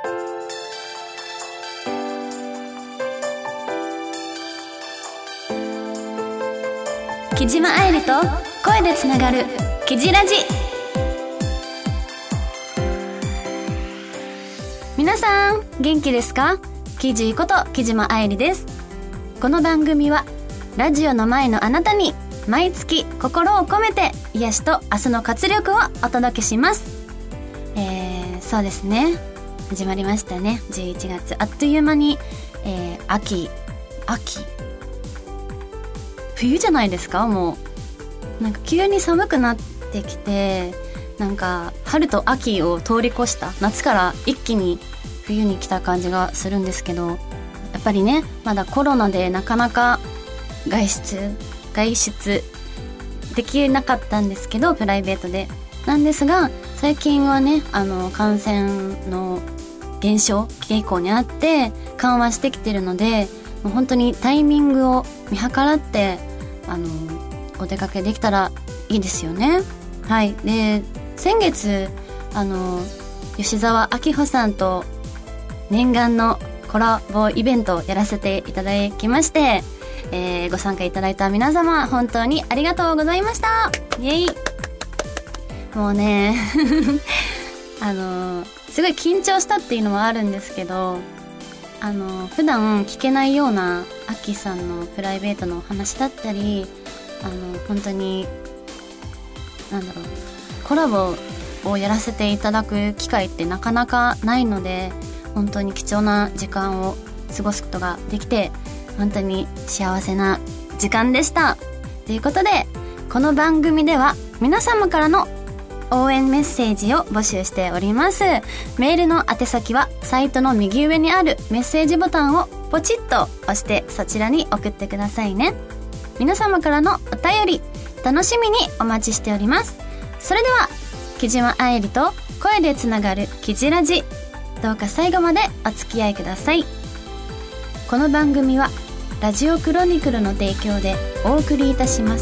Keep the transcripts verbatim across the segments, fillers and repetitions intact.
木島愛理と声でつながるキジラジ。皆さん元気ですか？キジこと木島愛理です。この番組はラジオの前のあなたに毎月心を込めて癒しと明日の活力をお届けします。えー、そうですね、始まりましたね。じゅういちがつ、あっという間に、えー、秋秋冬じゃないですか。もうなんか急に寒くなってきて、なんか春と秋を通り越した夏から一気に冬に来た感じがするんですけど、やっぱりね、まだコロナでなかなか外出外出できなかったんですけど、プライベートでなんですが、最近はね、あの感染の減少傾向にあって緩和してきてるので、もう本当にタイミングを見計らってあのお出かけできたらいいですよね。はい。で、先月あの吉澤明穂さんと念願のコラボイベントをやらせていただきまして、えー、ご参加いただいた皆様本当にありがとうございました。イエイ。もうねあのすごい緊張したっていうのはあるんですけど、あの普段聞けないようなアッキーさんのプライベートのお話だったり、あの本当になんだろう、コラボをやらせていただく機会ってなかなかないので、本当に貴重な時間を過ごすことができて本当に幸せな時間でした。ということで、この番組では皆様からの応援メッセージを募集しております。メールの宛先はサイトの右上にあるメッセージボタンをポチッと押してそちらに送ってくださいね。皆様からのお便り楽しみにお待ちしております。それでは木島愛理と声でつながるキジラジ、どうか最後までお付き合いください。この番組はラジオクロニクルの提供でお送りいたします。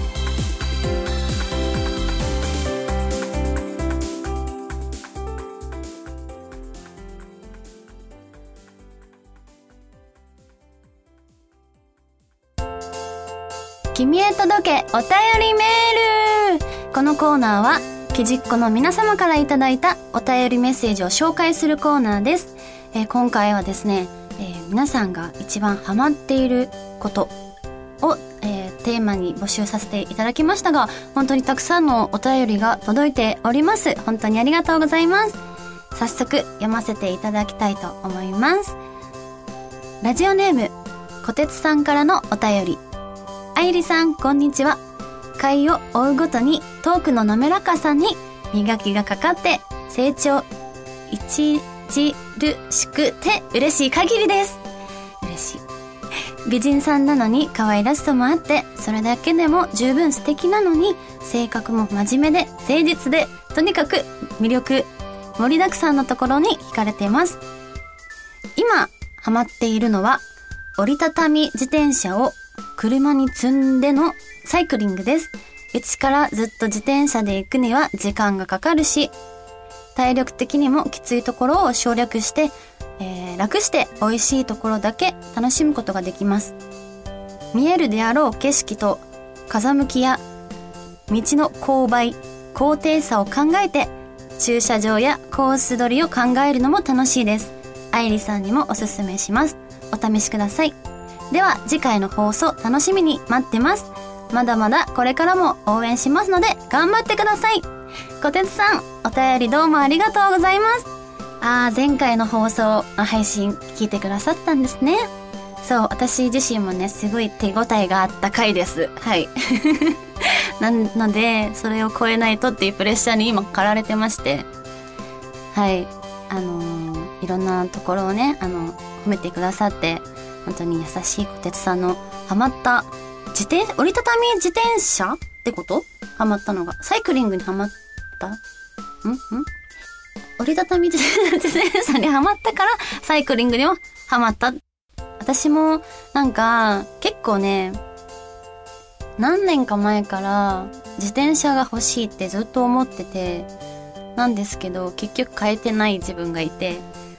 君へ届けお便りメール。このコーナーはキジっ子の皆様からいただいたお便りメッセージを紹介するコーナーです。えー、今回はですね、えー、皆さんが一番ハマっていることを、えー、テーマに募集させていただきましたが、本当にたくさんのお便りが届いております。本当にありがとうございます。早速読ませていただきたいと思います。ラジオネームこてつさんからのお便り。愛理さん、こんにちは。回を追うごとにトークの滑らかさに磨きがかかって成長著しくて嬉しい限りです。嬉しい。美人さんなのに可愛らしさもあって、それだけでも十分素敵なのに、性格も真面目で誠実で、とにかく魅力盛りだくさんのところに惹かれています。今ハマっているのは折りたたみ自転車を車に積んでのサイクリングです。うちからずっと自転車で行くには時間がかかるし、体力的にもきついところを省略して、えー、楽して美味しいところだけ楽しむことができます。見えるであろう景色と風向きや道の勾配、高低差を考えて駐車場やコース取りを考えるのも楽しいです。愛理さんにもおすすめします。お試しください。では次回の放送楽しみに待ってます。まだまだこれからも応援しますので頑張ってください。こてつさん、お便りどうもありがとうございます。あー、前回の放送配信聞いてくださったんですね。そう、私自身もね、すごい手応えがあった回です。はいなのでそれを超えないとっていうプレッシャーに今駆られてまして、はい、あのー、いろんなところをね、あの褒めてくださって本当に優しいこてつさんのハマった自転折りたたみ自転車ってこと？ハマったのがサイクリングにハマったんん折りたたみ自転車にハマったからサイクリングにもハマった。私もなんか結構ね、何年か前から自転車が欲しいってずっと思ってて、なんですけど結局買えてない自分がいて、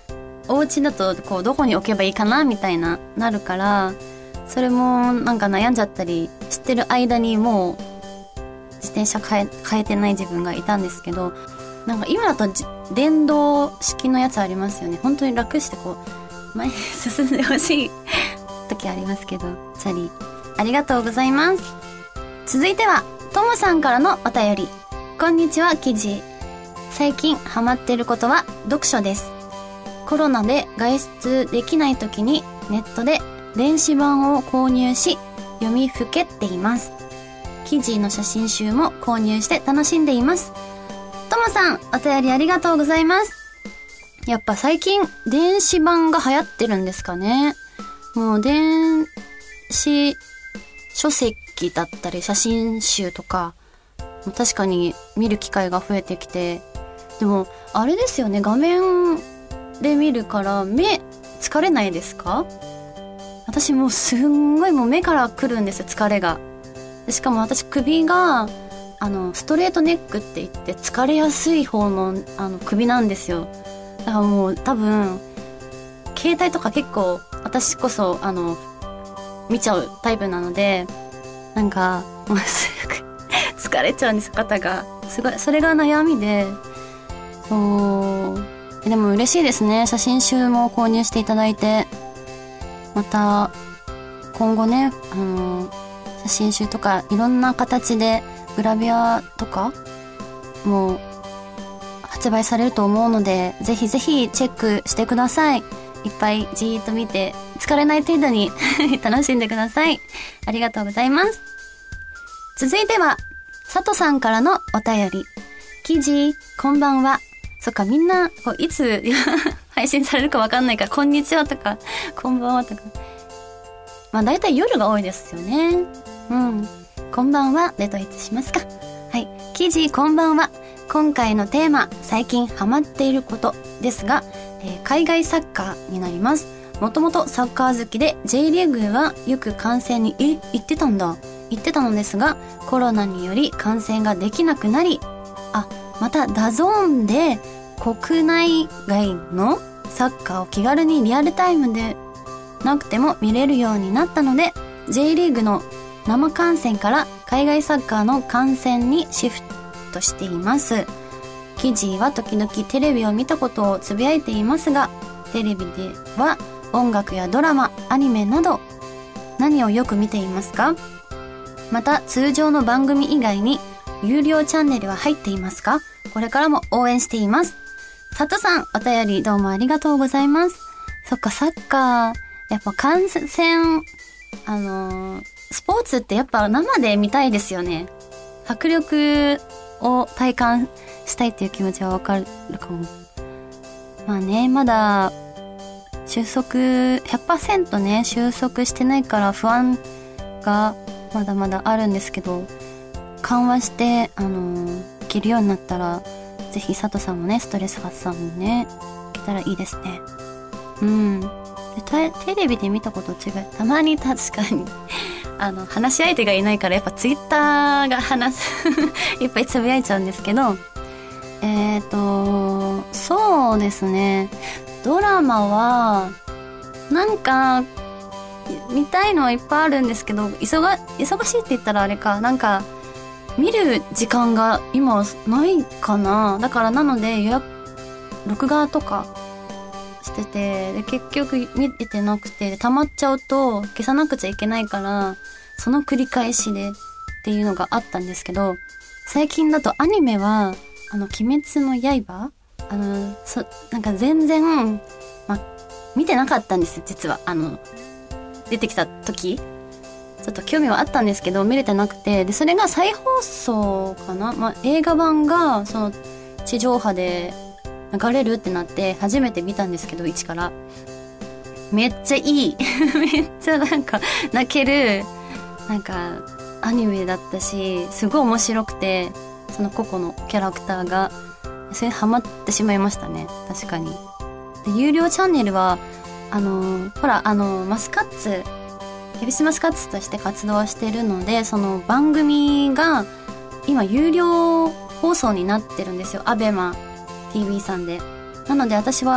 お家だとこうどこに置けばいいかなみたいななるから、それもなんか悩んじゃったりしてる間にもう自転車変え、変えてない自分がいたんですけど、なんか今だと電動式のやつありますよね。本当に楽してこう前に進んでほしい時ありますけど、チャリありがとうございます。続いてはともさんからのお便り。こんにちは、キジ。最近ハマってることは読書です。コロナで外出できない時にネットで電子版を購入し読みふけっています。記事の写真集も購入して楽しんでいます。ともさん、お便りありがとうございます。やっぱ最近電子版が流行ってるんですかね。もう電子書籍だったり写真集とか確かに見る機会が増えてきて、でもあれですよね、画面で見るから目疲れないですか？私もうすんごいもう目からくるんですよ、疲れが。しかも私首があのストレートネックって言って疲れやすい方のあの首なんですよ。だからもう多分携帯とか結構私こそあの見ちゃうタイプなので、なんかもうすぐ疲れちゃうんです、肩が。すごいそれが悩みで。そうでも嬉しいですね、写真集も購入していただいて。また今後ね、あの写真集とかいろんな形でグラビアとかも発売されると思うので、ぜひぜひチェックしてください。いっぱいじーっと見て疲れない程度に楽しんでください。ありがとうございます。続いては佐藤さんからのお便り。記事こんばんは。そっか、みんなこういつ配信されるかわかんないから、こんにちはとかこんばんはとか、まあ大体夜が多いですよね。うん、こんばんはで統一しますか。はい、記事こんばんは。今回のテーマ、最近ハマっていることですが、えー、海外サッカーになります。もともとサッカー好きで J リーグはよく観戦にえ行ってたんだ行ってたのですが、コロナにより観戦ができなくなり、あ、またダゾーンで国内外のサッカーを気軽にリアルタイムでなくても見れるようになったので、 J リーグの生観戦から海外サッカーの観戦にシフトしています。記事は時々テレビを見たことをつぶやいていますが、テレビでは音楽やドラマ、アニメなど何をよく見ていますか？また通常の番組以外に有料チャンネルは入っていますか？これからも応援しています。佐藤さん、お便りどうもありがとうございます。そっか、サッカーやっぱ観戦、あのー、スポーツってやっぱ生で見たいですよね。迫力を体感したいっていう気持ちはわかるかも。まあね、まだ収束 ひゃくパーセント ね収束してないから不安がまだまだあるんですけど、緩和してあのー、いけるようになったら、ぜひ佐藤さんもねストレス発散もねいけたらいいですね。うん。でテレビで見たこと違い、たまに確かにあの話し相手がいないからやっぱツイッターが話すいっぱいつぶやいちゃうんですけど、えーとそうですね、ドラマはなんか見たいのはいっぱいあるんですけど、忙忙しいって言ったらあれか、なんか見る時間が今ないかな。だからなので予約録画とかしてて、で結局見れてなくて、溜まっちゃうと消さなくちゃいけないから、その繰り返しでっていうのがあったんですけど、最近だとアニメはあの鬼滅の刃、あのそなんか全然、ま、見てなかったんですよ実は。あの出てきた時ちょっと興味はあったんですけど見れてなくて、でそれが再放送かな、まあ、映画版がその地上波で流れるってなって初めて見たんですけど、一からめっちゃいいめっちゃなんか泣けるなんかアニメだったし、すごい面白くて、その個々のキャラクターがそれにハマってしまいましたね。確かに。で有料チャンネルはあのー、ほらあのー、マスカッツヘビスマスカッツとして活動してるので、その番組が今有料放送になってるんですよ、アベマ ティーブイ さんで。なので私は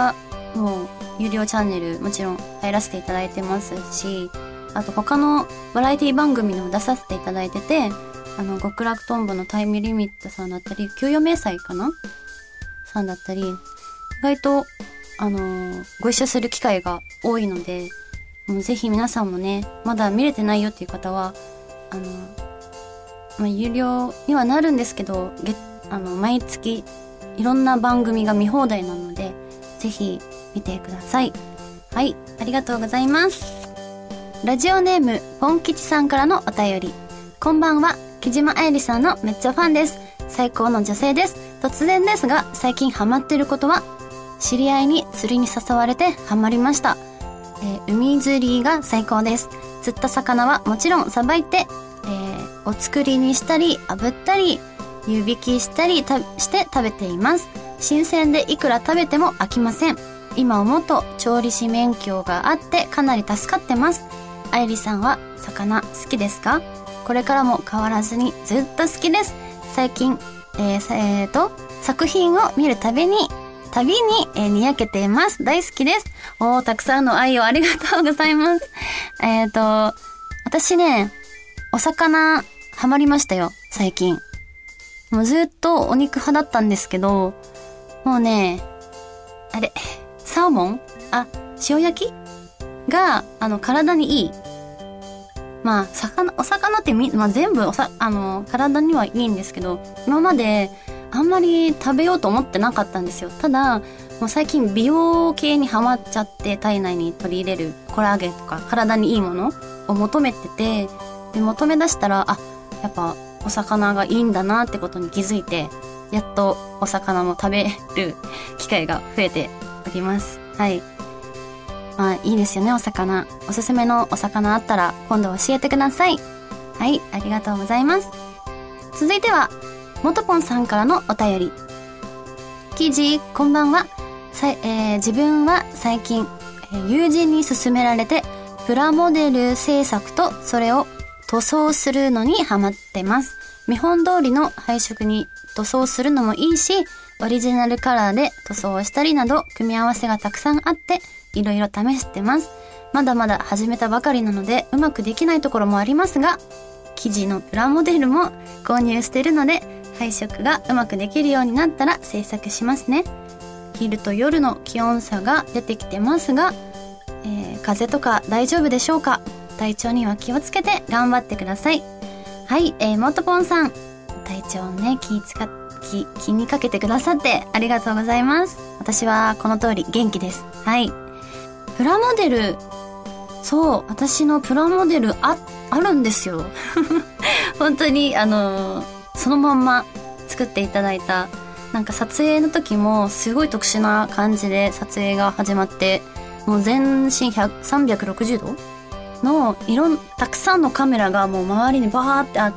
もう有料チャンネルもちろん入らせていただいてますし、あと他のバラエティ番組にも出させていただいてて、あの極楽とんぼのタイムリミットさんだったり、給与明細かなさんだったり、意外とあのー、ご一緒する機会が多いので、もうぜひ皆さんもね、まだ見れてないよっていう方は、あのー、まあ、有料にはなるんですけど、月あの毎月いろんな番組が見放題なので、ぜひ見てください。はい、ありがとうございます。ラジオネームポン吉さんからのお便り。こんばんは、木島愛理さんのめっちゃファンです。最高の女性です。突然ですが、最近ハマってることは、知り合いに釣りに誘われてハマりました。えー、海釣りが最高です。釣った魚はもちろんさばいて、えー、お作りにしたり炙ったり湯引きしたりたして食べています。新鮮でいくら食べても飽きません。今思うと調理師免許があってかなり助かってます。愛理さんは魚好きですか？これからも変わらずにずっと好きです。最近、えーえー、と作品を見るたびに旅に、えー、にやけています。大好きです。おー、たくさんの愛をありがとうございます。えっと、私ね、お魚ハマりましたよ、最近。もうずっとお肉派だったんですけど、もうね、あれ、サーモン？あ、塩焼きが、あの、体にいい。まあ、魚、お魚ってみ、まあ全部おさ、あの、体にはいいんですけど、今まで、あんまり食べようと思ってなかったんですよ。ただ、もう最近美容系にハマっちゃって、体内に取り入れるコラーゲンとか体にいいものを求めてて、で、求め出したら、あ、やっぱお魚がいいんだなってことに気づいて、やっとお魚も食べる機会が増えております。はい。まあいいですよね、お魚。おすすめのお魚あったら今度教えてください。はい、ありがとうございます。続いては、もとぽんさんからのお便り。記事、こんばんは。さい、えー、自分は最近、えー、友人に勧められて、プラモデル制作とそれを塗装するのにハマってます。見本通りの配色に塗装するのもいいし、オリジナルカラーで塗装をしたりなど、組み合わせがたくさんあって、いろいろ試してます。まだまだ始めたばかりなので、うまくできないところもありますが、生地のプラモデルも購入してるので、配色がうまくできるようになったら制作しますね。昼と夜の気温差が出てきてますが、えー、風邪とか大丈夫でしょうか？体調には気をつけて頑張ってください。はい、えー、もとぽんさん、体調をね、気つか、気、気にかけてくださってありがとうございます。私はこの通り元気です。はい。プラモデル、そう、私のプラモデルあ、あるんですよ。本当に、あのー、そのまんま作っていただいた、なんか撮影の時もすごい特殊な感じで撮影が始まって、もう全身さんびゃくろくじゅうどのいろんたくさんのカメラがもう周りにバーってあって、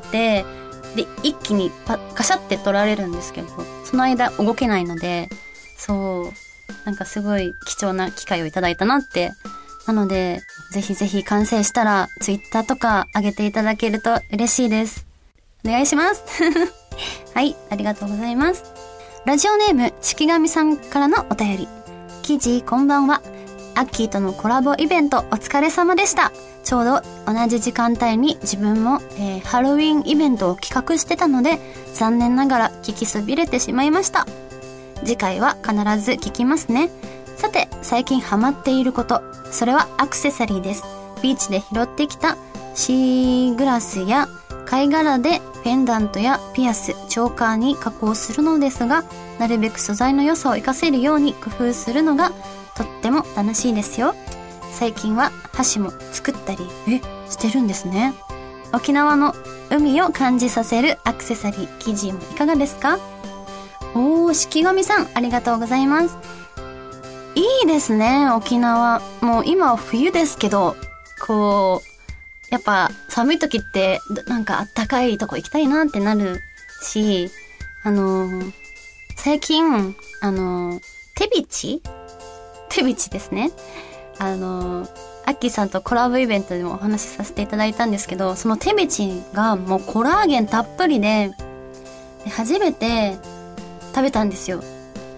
で一気にパカシャって撮られるんですけど、その間動けないので、そうなんかすごい貴重な機会をいただいたなって。なのでぜひぜひ完成したらツイッターとか上げていただけると嬉しいです。お願いします。はい、ありがとうございます。ラジオネーム式神さんからのお便り。記事、こんばんは。アッキーとのコラボイベントお疲れ様でした。ちょうど同じ時間帯に自分も、えー、ハロウィンイベントを企画してたので、残念ながら聞きそびれてしまいました。次回は必ず聞きますね。さて、最近ハマっていること、それはアクセサリーです。ビーチで拾ってきたシーグラスや貝殻でペンダントやピアス、チョーカーに加工するのですが、なるべく素材の良さを活かせるように工夫するのがとっても楽しいですよ。最近は箸も作ったりえしてるんですね。沖縄の海を感じさせるアクセサリー、生地もいかがですか？おー、式神さん、ありがとうございます。いいですね、沖縄。もう今は冬ですけど、こうやっぱ寒い時ってなんかあったかいとこ行きたいなってなるし、あのー、最近あのー、手びち手びちですね。あのー、アッキーさんとコラボイベントでもお話しさせていただいたんですけど、その手びちがもうコラーゲンたっぷりで、で初めて食べたんですよ。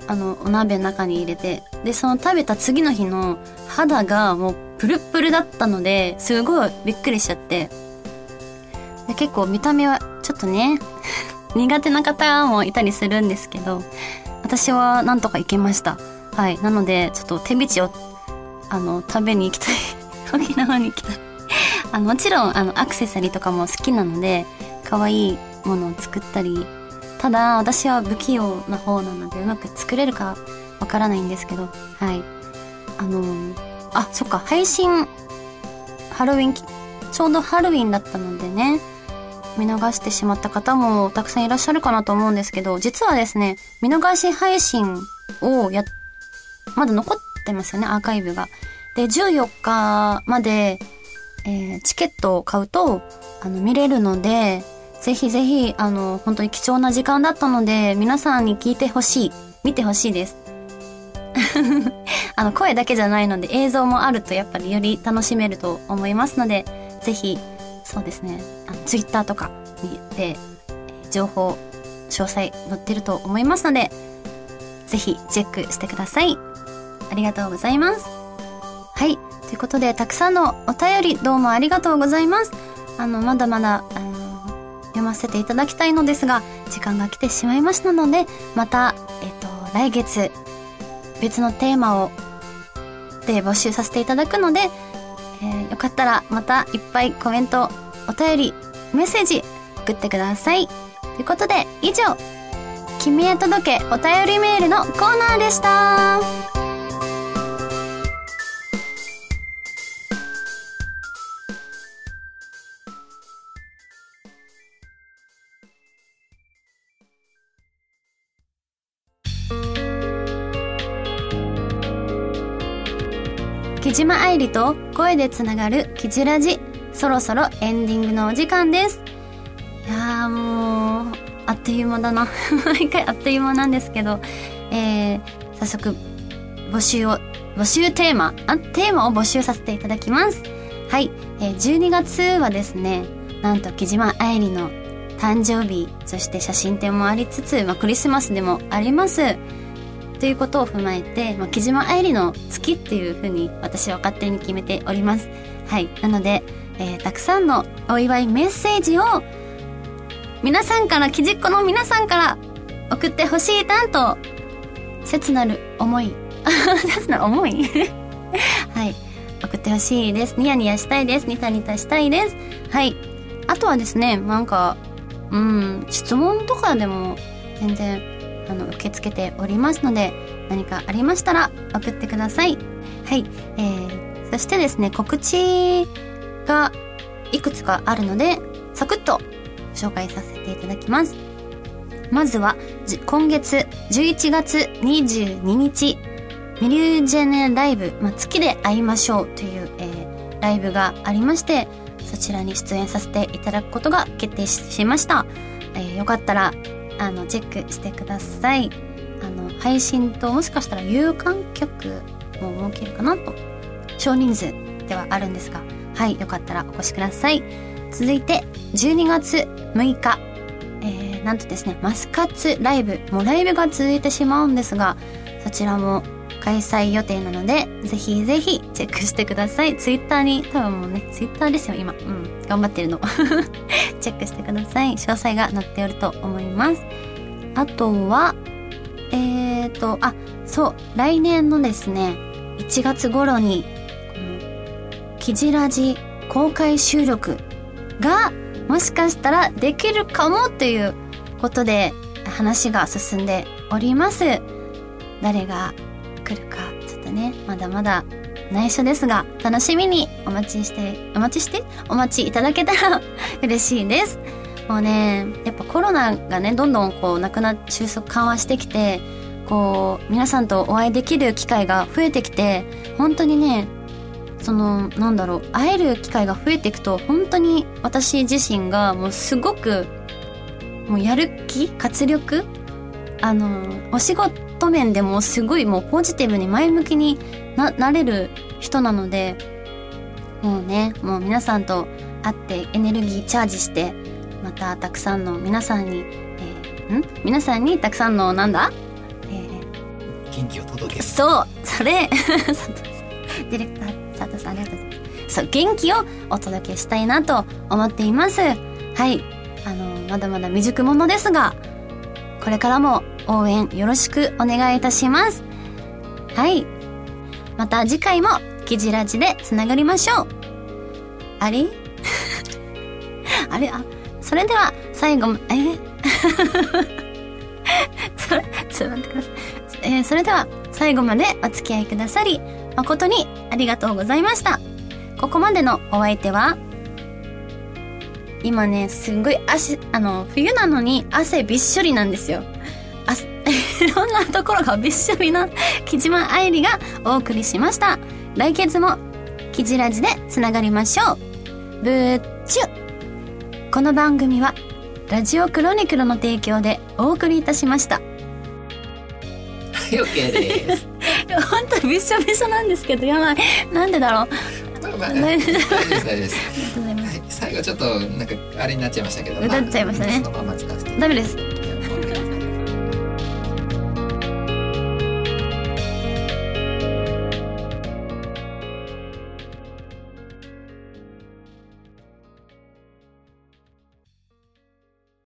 あのお鍋の中に入れて、でその食べた次の日の肌がもうプルプルだったので、すごいびっくりしちゃって、で結構見た目はちょっとね苦手な方もいたりするんですけど、私はなんとかいけました。はい。なのでちょっと手びちをあの食べに行きたい沖縄に行きたいあのもちろんあのアクセサリーとかも好きなので可愛いものを作ったり、ただ私は不器用な方なのでうまく作れるかわからないんですけど、はい。あのー、あ、そっか、配信ハロウィン、ちょうどハロウィンだったのでね、見逃してしまった方もたくさんいらっしゃるかなと思うんですけど、実はですね、見逃し配信をや、まだ残ってますよね、アーカイブが。で、じゅうよっかまで、えー、チケットを買うと、あの、見れるので、ぜひぜひ、あの、本当に貴重な時間だったので、皆さんに聞いてほしい、見てほしいです。あの、声だけじゃないので、映像もあるとやっぱりより楽しめると思いますので、ぜひ、そうですね、あの、ツイッターとかにで、情報、詳細載ってると思いますので、ぜひチェックしてください。ありがとうございます。はい。ということで、たくさんのお便りどうもありがとうございます。あの、まだまだ、あの、読ませていただきたいのですが、時間が来てしまいましたので、また、えっと、来月、別のテーマを、で募集させていただくので、えー、よかったらまたいっぱいコメント、お便り、メッセージ送ってください。ということで、以上、君へ届けお便りメールのコーナーでした。木島愛理と声でつながるキジラジ、そろそろエンディングのお時間です。いやーもうあっという間だな毎回あっという間なんですけど、えー、早速募集を募集テーマあテーマを募集させていただきます。はい、えー、じゅうにがつはですね、なんと木島愛理の誕生日、そして写真展もありつつ、まあ、クリスマスでもありますということを踏まえて、まあ、木島愛理の月っていう風に私は勝手に決めております。はい。なので、えー、たくさんのお祝いメッセージを皆さんから、キジっ子の皆さんから送ってほしいなと、切なる思い、切なる思いはい。送ってほしいです。ニヤニヤしたいです。ニタニタしたいです。はい。あとはですね、なんか、うん、質問とかでも全然、あの受け付けておりますので、何かありましたら送ってください。はい、えー、そしてですね、告知がいくつかあるのでサクッと紹介させていただきます。まずは今月じゅういちがつにじゅうににち、ミリュージェネライブ、まあ、月で会いましょうという、えー、ライブがありまして、そちらに出演させていただくことが決定しました。えー、よかったらあのチェックしてください。あの配信ともしかしたら有観客も設けるかなと、少人数ではあるんですが、はい、よかったらお越しください。続いてじゅうにがつむいか、えー、なんとですね、マスカッツライブ、もうライブが続いてしまうんですが、そちらも開催予定なので、ぜひぜひチェックしてください。ツイッターに、多分もうね、ツイッターですよ今、うん、頑張ってるのチェックしてください。詳細が載っておると思います。あとはえーとあそう来年のですねいちがつ頃にこのキジラジ公開収録がもしかしたらできるかもということで話が進んでおります。誰が来るかちょっとね、まだまだ内緒ですが、楽しみにお待ちしてお待ちしてお待ちいただけたら嬉しいです。もうね、やっぱコロナがね、どんどんこうなくな収束緩和してきて、こう皆さんとお会いできる機会が増えてきて、本当にね、そのなんだろう、会える機会が増えていくと、本当に私自身がもうすごくもうやる気活力、あのお仕事面でもすごいもうポジティブに前向きに な, なれる人なので、もうね、もう皆さんと会ってエネルギーチャージして、またたくさんの皆さんに、えー、ん皆さんにたくさんのなんだ、え元気を届ける。 そうそれディレクター佐藤さんありがとうございます。そう元気をお届けしたいなと思っています。はい、あのまだまだ未熟者ですがこれからも応援よろしくお願いいたします。はい、また次回もキジラジでつながりましょう。あれあれあそれでは最後もえそれちょっと待ってください、えー、それでは最後までお付き合いくださり誠にありがとうございました。ここまでのお相手は今ねすんごい足あの冬なのに汗びっしょりなんですよ。あいろんなところがびっしょりな木島愛理がお送りしました。来月もキジラジでつながりましょう。ぶーっちゅ。この番組はラジオクロニクルの提供でお送りいたしました。 OK です。 本当びっしょびしょなんですけどやばいなんでだろう。 まあ、大丈夫です大丈夫です。 ありがとうございます。 はい、最後ちょっとなんかあれになっちゃいましたけど、 歌っちゃいましたね。 まあ、そのまま使わせて。 ダメです。